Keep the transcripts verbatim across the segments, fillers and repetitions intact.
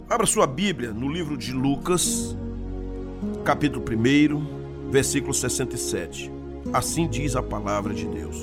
Abra sua Bíblia no livro de Lucas, capítulo um, versículo sessenta e sete. Assim diz a palavra de Deus.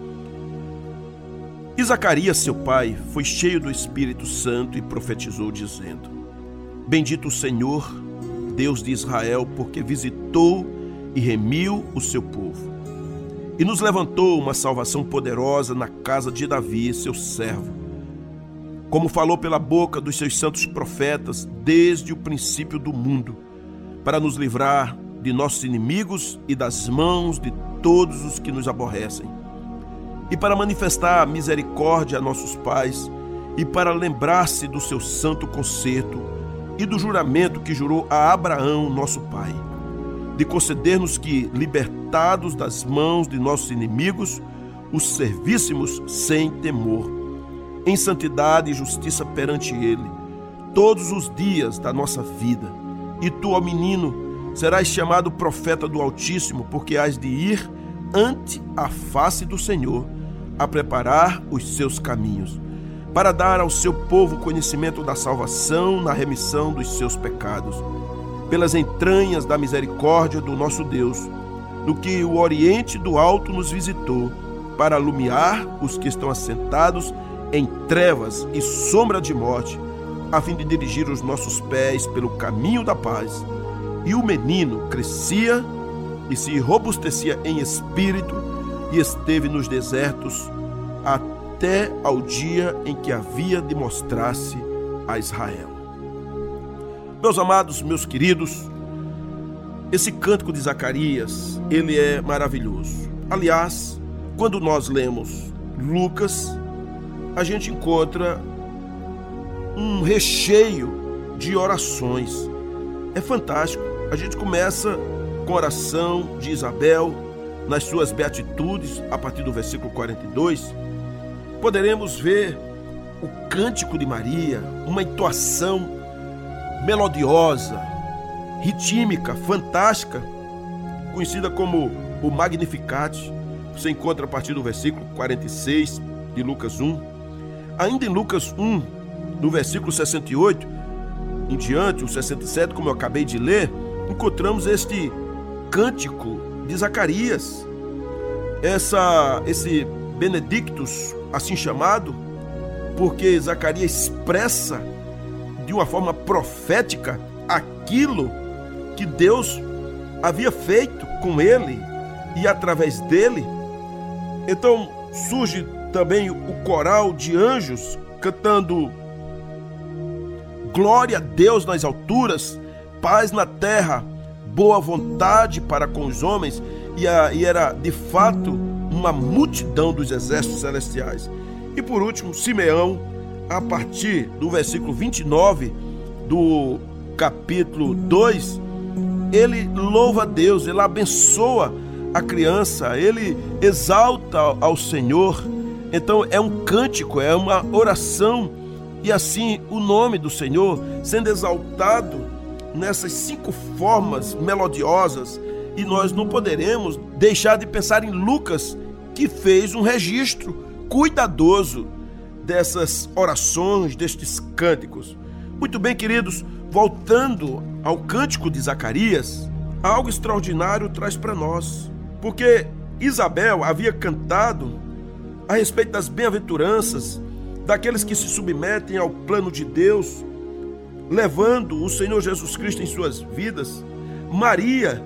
E Zacarias, seu pai, foi cheio do Espírito Santo e profetizou, dizendo: Bendito o Senhor, Deus de Israel, porque visitou e remiu o seu povo, e nos levantou uma salvação poderosa na casa de Davi, seu servo, como falou pela boca dos seus santos profetas desde o princípio do mundo, para nos livrar de nossos inimigos e das mãos de todos os que nos aborrecem, e para manifestar misericórdia a nossos pais, e para lembrar-se do seu santo concerto e do juramento que jurou a Abraão, nosso pai, de conceder-nos que, libertados das mãos de nossos inimigos, os servíssemos sem temor, em santidade e justiça perante ele, todos os dias da nossa vida. E tu, ó menino, serás chamado profeta do Altíssimo, porque hás de ir ante a face do Senhor, a preparar os seus caminhos, para dar ao seu povo conhecimento da salvação na remissão dos seus pecados, pelas entranhas da misericórdia do nosso Deus, no que o Oriente do Alto nos visitou, para alumiar os que estão assentados em trevas e sombra de morte, a fim de dirigir os nossos pés pelo caminho da paz. E o menino crescia e se robustecia em espírito, e esteve nos desertos até ao dia em que havia de mostrar-se a Israel. Meus amados, meus queridos, esse cântico de Zacarias, ele é maravilhoso. Aliás, quando nós lemos Lucas, a gente encontra um recheio de orações. É fantástico. A gente começa com a oração de Isabel nas suas beatitudes, a partir do versículo quarenta e dois. Poderemos ver o cântico de Maria, uma entoação melodiosa, ritmíca, fantástica, conhecida como o Magnificat. Você encontra a partir do versículo quarenta e seis de Lucas um. Ainda em Lucas um, no versículo sessenta e oito, em diante, o sessenta e sete, como eu acabei de ler, encontramos este cântico de Zacarias, essa, esse Benedictus, assim chamado, porque Zacarias expressa de uma forma profética aquilo que Deus havia feito com ele e através dele. Então surge também o coral de anjos cantando glória a Deus nas alturas, paz na terra, boa vontade para com os homens, e, a, e era de fato uma multidão dos exércitos celestiais. E por último, Simeão, a partir do versículo vinte e nove do capítulo dois, ele louva a Deus, ele abençoa a criança, ele exalta ao Senhor. Então é um cântico, é uma oração, e assim o nome do Senhor sendo exaltado nessas cinco formas melodiosas. E nós não poderemos deixar de pensar em Lucas, que fez um registro cuidadoso dessas orações, destes cânticos. Muito bem, queridos, voltando ao cântico de Zacarias, algo extraordinário traz para nós, porque Isabel havia cantado a respeito das bem-aventuranças daqueles que se submetem ao plano de Deus, levando o Senhor Jesus Cristo em suas vidas. Maria,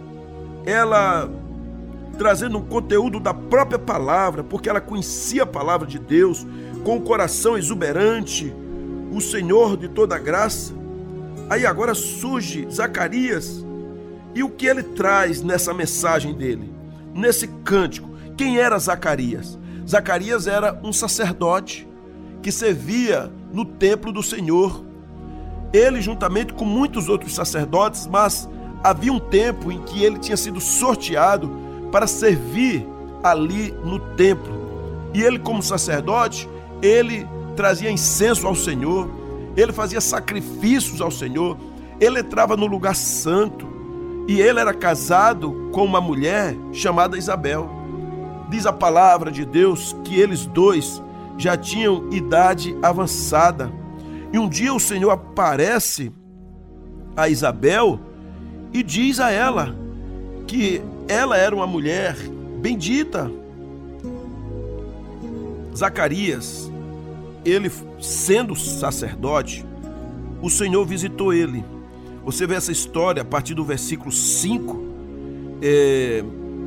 ela trazendo um conteúdo da própria palavra, porque ela conhecia a palavra de Deus, com o coração exuberante, o Senhor de toda a graça. Aí agora surge Zacarias, e o que ele traz nessa mensagem dele, nesse cântico? Quem era Zacarias? Zacarias era um sacerdote que servia no templo do Senhor. Ele, juntamente com muitos outros sacerdotes, mas havia um tempo em que ele tinha sido sorteado para servir ali no templo. E ele, como sacerdote, ele trazia incenso ao Senhor, ele fazia sacrifícios ao Senhor, ele entrava no lugar santo, e ele era casado com uma mulher chamada Isabel. Diz a palavra de Deus que eles dois já tinham idade avançada, E um dia o Senhor aparece a Isabel e diz a ela que ela era uma mulher bendita. Zacarias, ele sendo sacerdote, o Senhor visitou ele. Você vê essa história a partir do versículo cinco. É,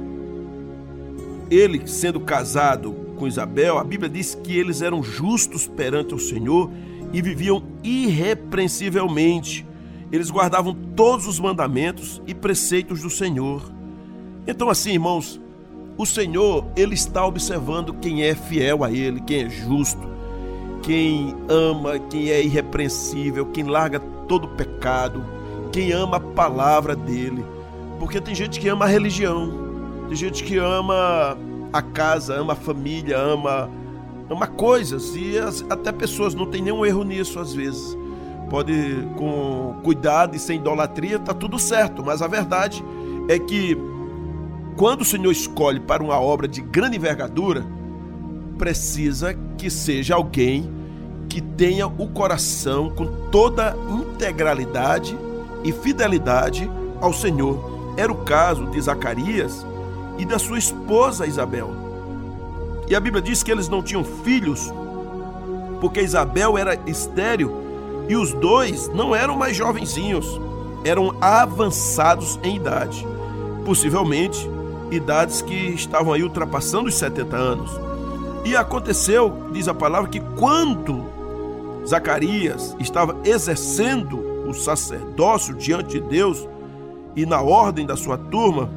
ele sendo casado com Isabel, a Bíblia diz que eles eram justos perante o Senhor e viviam irrepreensivelmente. Eles guardavam todos os mandamentos e preceitos do Senhor. Então, assim, irmãos, o Senhor, Ele está observando quem é fiel a Ele, quem é justo, quem ama, quem é irrepreensível, quem larga todo pecado, quem ama a palavra dEle. Porque tem gente que ama a religião, tem gente que ama a casa, ama a família, ama, ama coisas, e as, até pessoas não tem nenhum erro nisso às vezes. Pode, com cuidado e sem idolatria, tá tudo certo, mas a verdade é que quando o Senhor escolhe para uma obra de grande envergadura, precisa que seja alguém que tenha o coração com toda integralidade e fidelidade ao Senhor. Era o caso de Zacarias e da sua esposa Isabel. E a Bíblia diz que eles não tinham filhos, porque Isabel era estéril e os dois não eram mais jovenzinhos, eram avançados em idade. Possivelmente, idades que estavam aí ultrapassando os setenta anos. E aconteceu, diz a palavra, que quando Zacarias estava exercendo o sacerdócio diante de Deus e na ordem da sua turma,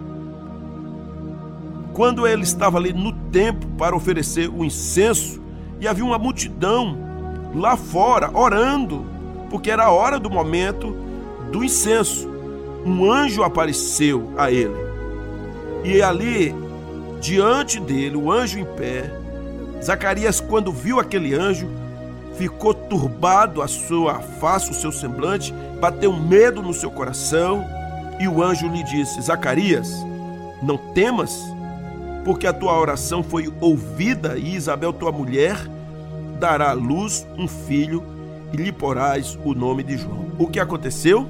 quando ele estava ali no templo para oferecer o incenso, e havia uma multidão lá fora orando, porque era a hora do momento do incenso, um anjo apareceu a ele. E ali, diante dele, o anjo em pé, Zacarias, quando viu aquele anjo, ficou turbado a sua face, o seu semblante, bateu medo no seu coração, e o anjo lhe disse: Zacarias, não temas, porque a tua oração foi ouvida, e Isabel, tua mulher, dará à luz um filho, e lhe porás o nome de João. O que aconteceu?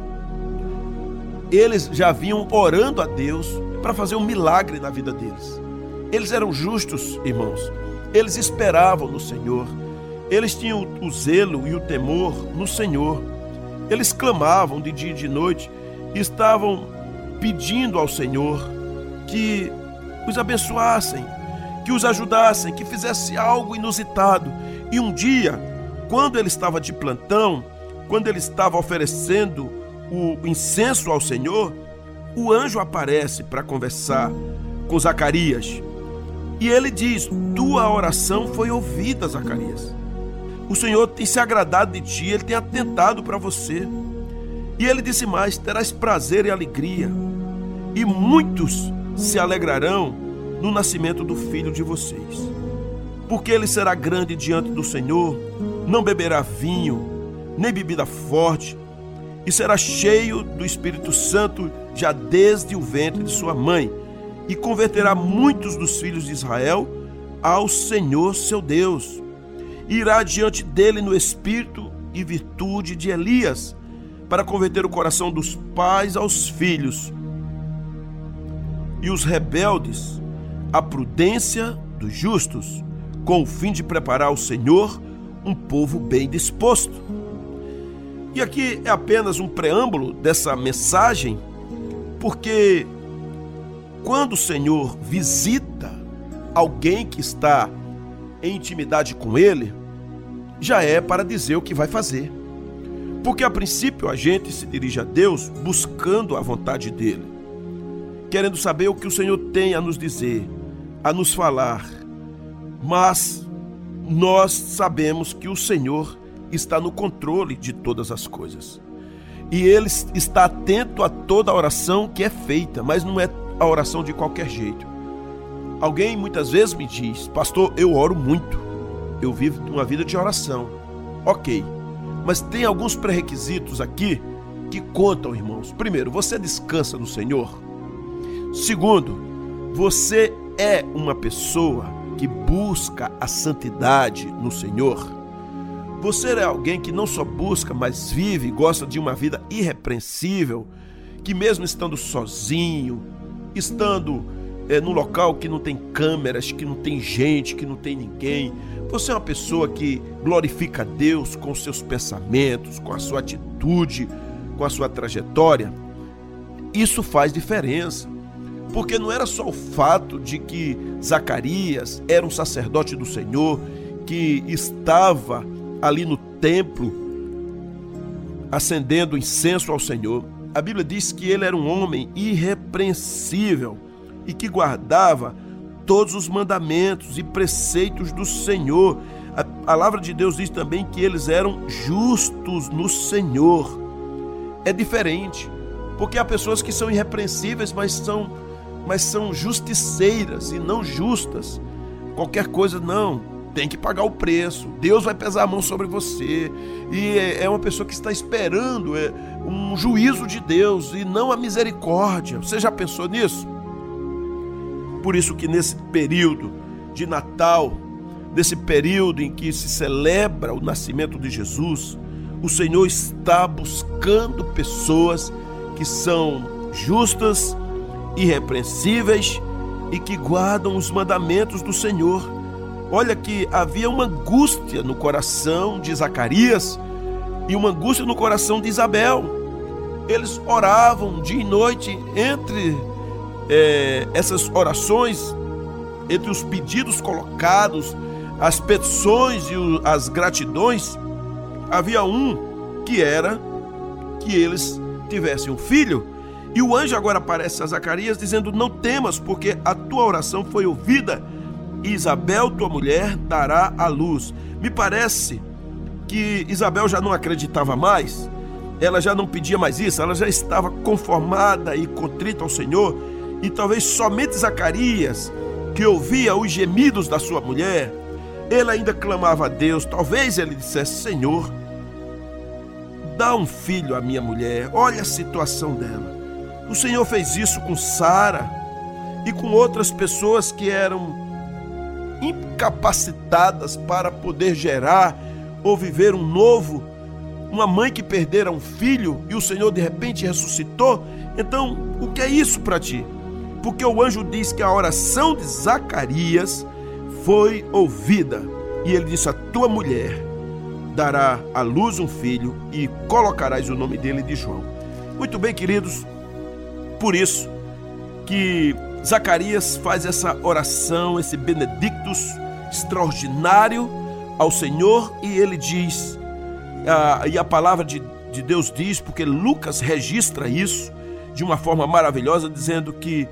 Eles já vinham orando a Deus para fazer um milagre na vida deles. Eles eram justos, irmãos. Eles esperavam no Senhor. Eles tinham o zelo e o temor no Senhor. Eles clamavam de dia e de noite e estavam pedindo ao Senhor que os abençoassem, que os ajudassem, que fizesse algo inusitado. E um dia, quando ele estava de plantão, quando ele estava oferecendo o incenso ao Senhor, o anjo aparece para conversar com Zacarias. E ele diz: tua oração foi ouvida, Zacarias. O Senhor tem se agradado de ti, Ele tem atentado para você. E ele disse mais: terás prazer e alegria, e muitos se alegrarão no nascimento do filho de vocês. Porque ele será grande diante do Senhor, não beberá vinho, nem bebida forte, e será cheio do Espírito Santo já desde o ventre de sua mãe, e converterá muitos dos filhos de Israel ao Senhor seu Deus. E irá diante dele no espírito e virtude de Elias, para converter o coração dos pais aos filhos, e os rebeldes à prudência dos justos, com o fim de preparar ao Senhor um povo bem disposto. E aqui é apenas um preâmbulo dessa mensagem, porque quando o Senhor visita alguém que está em intimidade com Ele, já é para dizer o que vai fazer. Porque a princípio a gente se dirige a Deus buscando a vontade dEle, querendo saber o que o Senhor tem a nos dizer, a nos falar. Mas nós sabemos que o Senhor está no controle de todas as coisas. E Ele está atento a toda a oração que é feita, mas não é a oração de qualquer jeito. Alguém muitas vezes me diz: pastor, eu oro muito, eu vivo uma vida de oração. Ok, mas tem alguns pré-requisitos aqui que contam, irmãos. Primeiro, você descansa no Senhor. Segundo, você é uma pessoa que busca a santidade no Senhor. Você é alguém que não só busca, mas vive e gosta de uma vida irrepreensível, que mesmo estando sozinho, estando é, num local que não tem câmeras, que não tem gente, que não tem ninguém, você é uma pessoa que glorifica a Deus com os seus pensamentos, com a sua atitude, com a sua trajetória. Isso faz diferença, porque não era só o fato de que Zacarias era um sacerdote do Senhor, que estava ali no templo acendendo incenso ao Senhor. A Bíblia diz que ele era um homem irrepreensível e que guardava todos os mandamentos e preceitos do Senhor. A palavra de Deus diz também que eles eram justos no Senhor. É diferente, porque há pessoas que são irrepreensíveis, mas são, mas são justiceiras e não justas. Qualquer coisa, não, tem que pagar o preço. Deus vai pesar a mão sobre você. E é uma pessoa que está esperando um juízo de Deus e não a misericórdia. Você já pensou nisso? Por isso que nesse período de Natal, nesse período em que se celebra o nascimento de Jesus, o Senhor está buscando pessoas que são justas, irrepreensíveis e que guardam os mandamentos do Senhor. Olha que havia uma angústia no coração de Zacarias e uma angústia no coração de Isabel. Eles oravam dia e noite. Entre é, essas orações, entre os pedidos colocados, as petições e o, as gratidões, havia um que era que eles tivessem um filho. E o anjo agora aparece a Zacarias dizendo: não temas, porque a tua oração foi ouvida, e Isabel, tua mulher, dará à luz. Me parece que Isabel já não acreditava mais, ela já não pedia mais isso, ela já estava conformada e contrita ao Senhor, e talvez somente Zacarias, que ouvia os gemidos da sua mulher, ele ainda clamava a Deus. Talvez ele dissesse: Senhor, dá um filho à minha mulher, olha a situação dela. O Senhor fez isso com Sara e com outras pessoas que eram incapacitadas para poder gerar ou viver um novo, uma mãe que perdera um filho e o Senhor de repente ressuscitou. Então, o que é isso para ti? Porque o anjo diz que a oração de Zacarias foi ouvida, e ele disse: a tua mulher dará à luz um filho e colocarás o nome dele de João. Muito bem, queridos, por isso que Zacarias faz essa oração, esse benedictus extraordinário ao Senhor, e ele diz, ah, e a palavra de, de Deus diz, porque Lucas registra isso de uma forma maravilhosa, dizendo que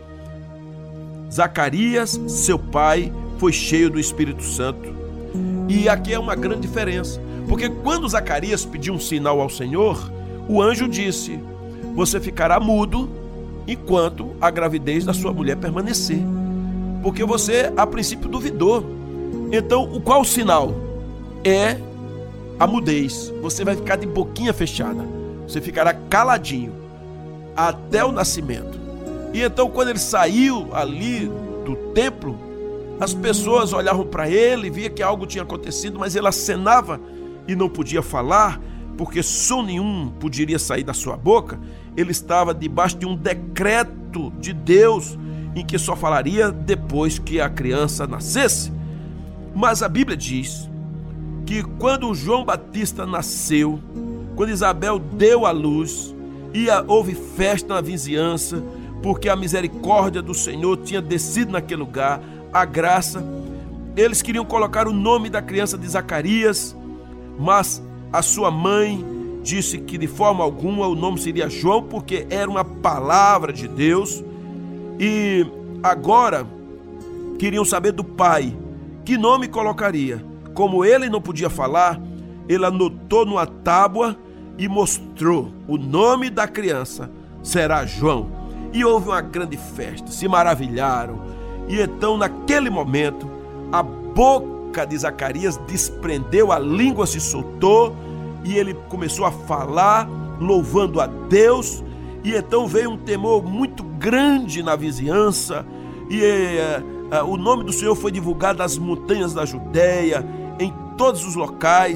Zacarias, seu pai, foi cheio do Espírito Santo. E aqui é uma grande diferença, porque quando Zacarias pediu um sinal ao Senhor, o anjo disse: você ficará mudo enquanto a gravidez da sua mulher permanecer, porque você a princípio duvidou. Então, o qual o sinal? É a mudez. Você vai ficar de boquinha fechada, você ficará caladinho até o nascimento. E então, quando ele saiu ali do templo, as pessoas olhavam para ele, via que algo tinha acontecido, mas ele acenava e não podia falar, porque som nenhum poderia sair da sua boca. Ele estava debaixo de um decreto de Deus, em que só falaria depois que a criança nascesse. Mas a Bíblia diz que quando João Batista nasceu, quando Isabel deu à luz, e houve festa na vizinhança, porque a misericórdia do Senhor tinha descido naquele lugar, a graça. Eles queriam colocar o nome da criança de Zacarias, mas a sua mãe disse que de forma alguma o nome seria João, porque era uma palavra de Deus. E agora queriam saber do pai que nome colocaria. Como ele não podia falar, ele anotou numa tábua e mostrou: o nome da criança será João. E houve uma grande festa, se maravilharam. E então, naquele momento, a boca de Zacarias desprendeu, a língua se soltou, e ele começou a falar, louvando a Deus. E então veio um temor muito grande na vizinhança, e eh, o nome do Senhor foi divulgado nas montanhas da Judéia, em todos os locais,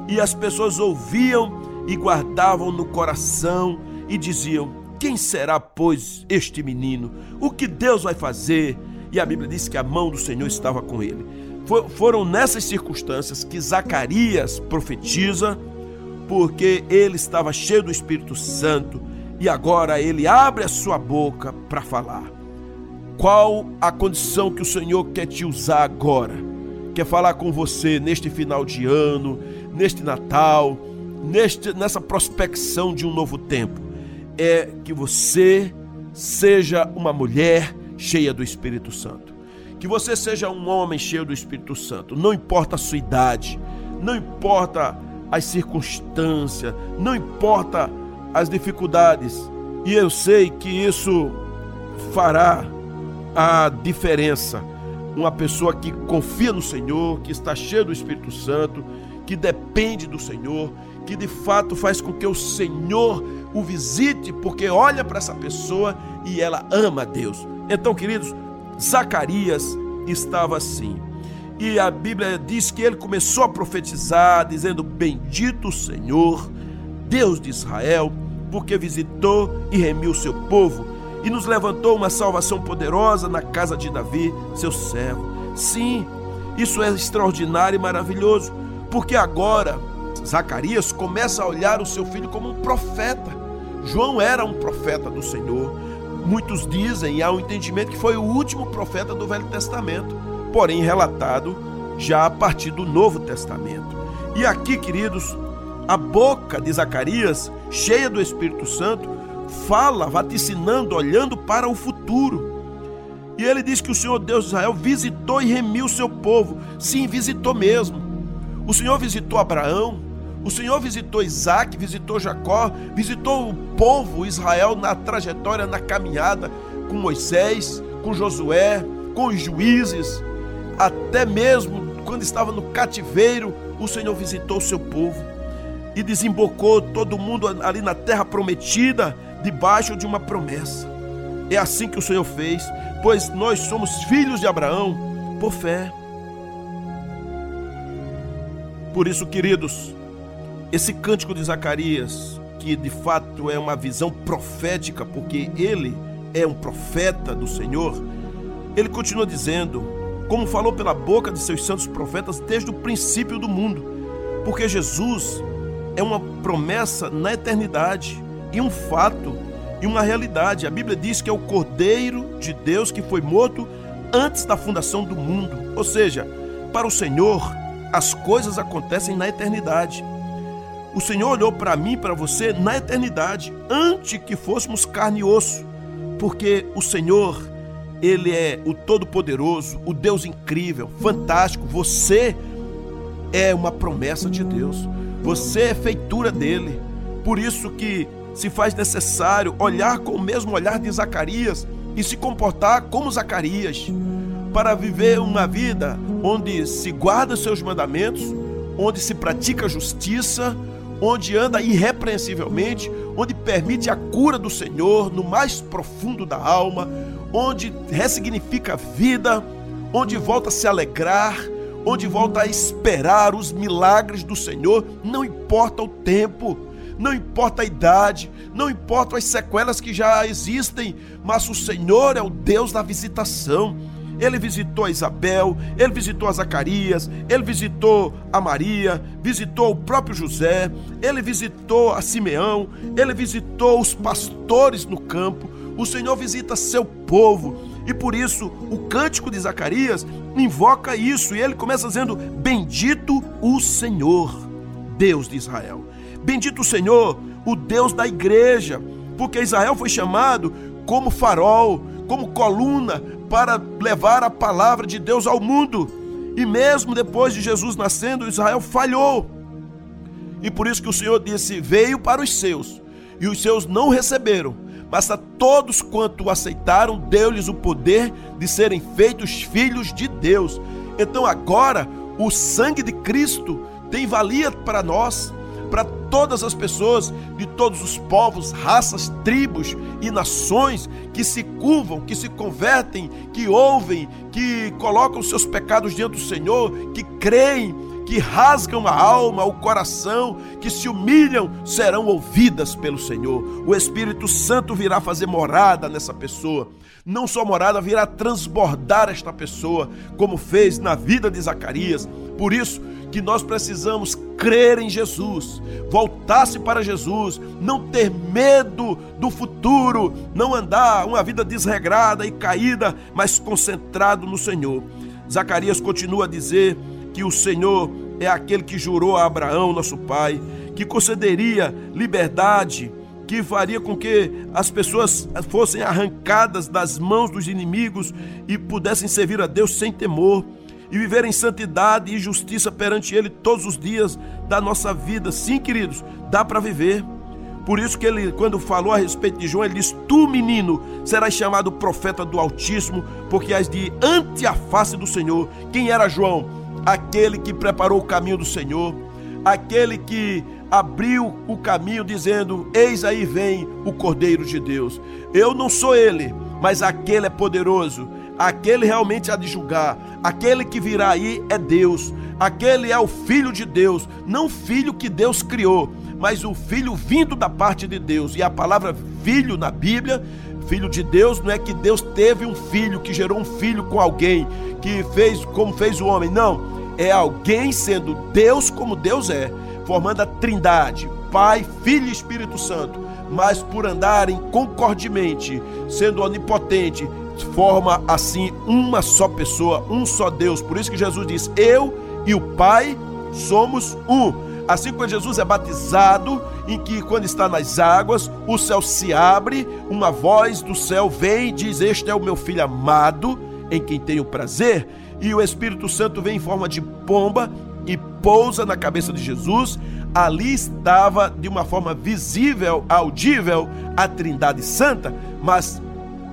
E as pessoas ouviam e guardavam no coração e diziam: quem será, pois, este menino? O que Deus vai fazer? E a Bíblia diz que a mão do Senhor estava com ele. For, foram nessas circunstâncias que Zacarias profetiza, porque ele estava cheio do Espírito Santo e agora ele abre a sua boca para falar. Qual a condição que o Senhor quer te usar agora? Quer falar com você neste final de ano, neste Natal, neste, nessa prospecção de um novo tempo? É que você seja uma mulher cheia do Espírito Santo. Que você seja um homem cheio do Espírito Santo. Não importa a sua idade, não importa as circunstâncias, não importa as dificuldades. E eu sei que isso fará a diferença. Uma pessoa que confia no Senhor, que está cheia do Espírito Santo, que depende do Senhor, que de fato faz com que o Senhor o visite, porque olha para essa pessoa e ela ama a Deus. Então, queridos, Zacarias estava assim. E a Bíblia diz que ele começou a profetizar, dizendo: bendito o Senhor, Deus de Israel, porque visitou e remiu o seu povo e nos levantou uma salvação poderosa na casa de Davi, seu servo. Sim, isso é extraordinário e maravilhoso, porque agora Zacarias começa a olhar o seu filho como um profeta. João era um profeta do Senhor. Muitos dizem, e há um entendimento, que foi o último profeta do Velho Testamento, porém relatado já a partir do Novo Testamento. E aqui, queridos, a boca de Zacarias, cheia do Espírito Santo, fala, vaticinando, olhando para o futuro. E ele diz que o Senhor Deus de Israel visitou e remiu o seu povo. Sim, visitou mesmo. O Senhor visitou Abraão, o Senhor visitou Isaac, visitou Jacó, visitou o povo Israel na trajetória, na caminhada com Moisés, com Josué, com os juízes. Até mesmo quando estava no cativeiro, o Senhor visitou o seu povo e desembocou todo mundo ali na terra prometida, debaixo de uma promessa. É assim que o Senhor fez, pois nós somos filhos de Abraão por fé. Por isso, queridos, esse cântico de Zacarias, que de fato é uma visão profética, porque ele é um profeta do Senhor, ele continua dizendo, como falou pela boca de seus santos profetas desde o princípio do mundo, porque Jesus é uma promessa na eternidade, e um fato, e uma realidade. A Bíblia diz que é o Cordeiro de Deus que foi morto antes da fundação do mundo. Ou seja, para o Senhor, as coisas acontecem na eternidade. O Senhor olhou para mim e para você na eternidade, antes que fôssemos carne e osso, porque o Senhor, Ele é o Todo-Poderoso, o Deus incrível, fantástico. Você é uma promessa de Deus, você é feitura dele. Por isso que se faz necessário olhar com o mesmo olhar de Zacarias e se comportar como Zacarias, para viver uma vida onde se guarda os seus mandamentos, onde se pratica a justiça, onde anda irrepreensivelmente, onde permite a cura do Senhor no mais profundo da alma, onde ressignifica a vida, onde volta a se alegrar, onde volta a esperar os milagres do Senhor. Não importa o tempo, não importa a idade, não importa as sequelas que já existem, mas o Senhor é o Deus da visitação. Ele visitou a Isabel, ele visitou a Zacarias, ele visitou a Maria, visitou o próprio José, ele visitou a Simeão, ele visitou os pastores no campo. O Senhor visita seu povo, e por isso o cântico de Zacarias invoca isso, e ele começa dizendo: bendito o Senhor, Deus de Israel. Bendito o Senhor, o Deus da igreja, porque Israel foi chamado como farol, como coluna, para levar a palavra de Deus ao mundo. E mesmo depois de Jesus nascendo, Israel falhou. E por isso que o Senhor disse: veio para os seus, e os seus não receberam, mas a todos quanto o aceitaram, deu-lhes o poder de serem feitos filhos de Deus. Então agora, o sangue de Cristo tem valia para nós, para todas as pessoas de todos os povos, raças, tribos e nações que se curvam, que se convertem, que ouvem, que colocam seus pecados diante do Senhor, que creem, que que rasgam a alma, o coração, que se humilham, serão ouvidas pelo Senhor. O Espírito Santo virá fazer morada nessa pessoa. Não só morada, virá transbordar esta pessoa, como fez na vida de Zacarias. Por isso que nós precisamos crer em Jesus, voltar-se para Jesus, não ter medo do futuro, não andar uma vida desregrada e caída, mas concentrado no Senhor. Zacarias continua a dizer que o Senhor é aquele que jurou a Abraão, nosso pai, que concederia liberdade, que faria com que as pessoas fossem arrancadas das mãos dos inimigos e pudessem servir a Deus sem temor e viver em santidade e justiça perante Ele todos os dias da nossa vida. Sim, queridos, dá para viver. Por isso que ele, quando falou a respeito de João, ele diz: tu, menino, serás chamado profeta do Altíssimo, porque és de ante a face do Senhor. Quem era João? Aquele que preparou o caminho do Senhor, aquele que abriu o caminho dizendo: eis aí vem o Cordeiro de Deus. Eu não sou ele, mas aquele é poderoso, aquele realmente há de julgar, aquele que virá aí é Deus, aquele é o Filho de Deus, não o filho que Deus criou, mas o filho vindo da parte de Deus. E a palavra filho na Bíblia, filho de Deus, não é que Deus teve um filho, que gerou um filho com alguém, que fez como fez o homem, não, é alguém sendo Deus como Deus é, formando a trindade, Pai, Filho e Espírito Santo, mas por andarem concordemente, sendo onipotente, forma assim uma só pessoa, um só Deus. Por isso que Jesus diz: eu e o Pai somos um. Assim como Jesus é batizado, em que quando está nas águas, o céu se abre, uma voz do céu vem e diz: este é o meu Filho amado, em quem tenho prazer, e o Espírito Santo vem em forma de pomba e pousa na cabeça de Jesus. Ali estava de uma forma visível, audível, a Trindade Santa, mas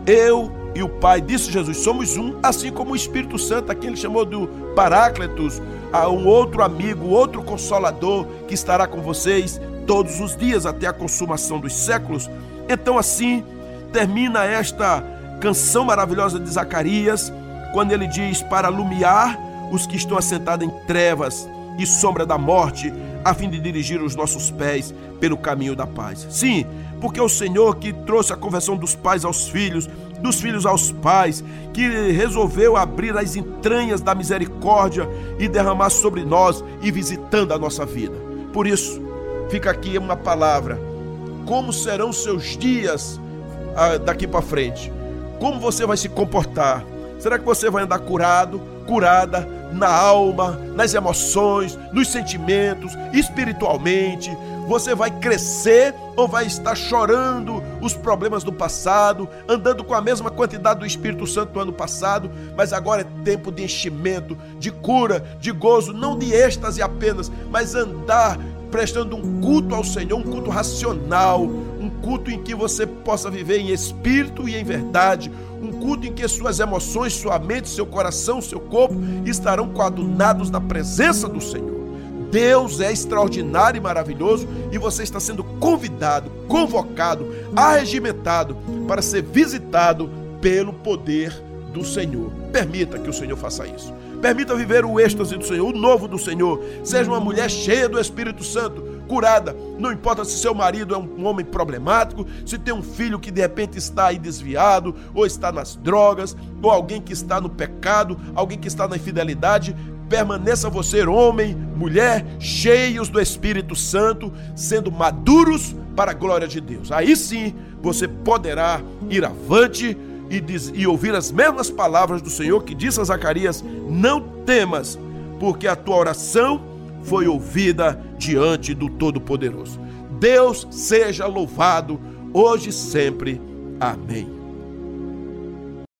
eu e o Pai, disse Jesus, somos um, assim como o Espírito Santo, a quem ele chamou do Paráclitos, a um outro amigo, outro consolador, que estará com vocês todos os dias até a consumação dos séculos. Então assim termina esta canção maravilhosa de Zacarias, quando ele diz: para alumiar os que estão assentados em trevas e sombra da morte, a fim de dirigir os nossos pés pelo caminho da paz. Sim, porque é o Senhor que trouxe a conversão dos pais aos filhos, dos filhos aos pais, que resolveu abrir as entranhas da misericórdia e derramar sobre nós e visitando a nossa vida. Por isso, fica aqui uma palavra: como serão seus dias ah, daqui para frente? Como você vai se comportar? Será que você vai andar curado, curada na alma, nas emoções, nos sentimentos, espiritualmente? Você vai crescer ou vai estar chorando os problemas do passado, andando com a mesma quantidade do Espírito Santo do ano passado, mas agora é tempo de enchimento, de cura, de gozo, não de êxtase apenas, mas andar prestando um culto ao Senhor, um culto racional, um culto em que você possa viver em espírito e em verdade, um culto em que suas emoções, sua mente, seu coração, seu corpo estarão coadunados na presença do Senhor. Deus é extraordinário e maravilhoso, e você está sendo convidado, convocado, arregimentado para ser visitado pelo poder do Senhor. Permita que o Senhor faça isso. Permita viver o êxtase do Senhor, o novo do Senhor. Seja uma mulher cheia do Espírito Santo, curada. Não importa se seu marido é um homem problemático, se tem um filho que de repente está aí desviado, ou está nas drogas, ou alguém que está no pecado, alguém que está na infidelidade. Permaneça você, homem, mulher, cheios do Espírito Santo, sendo maduros para a glória de Deus. Aí sim você poderá ir avante e, diz, e ouvir as mesmas palavras do Senhor que disse a Zacarias: não temas, porque a tua oração foi ouvida diante do Todo-Poderoso. Deus seja louvado, hoje e sempre. Amém.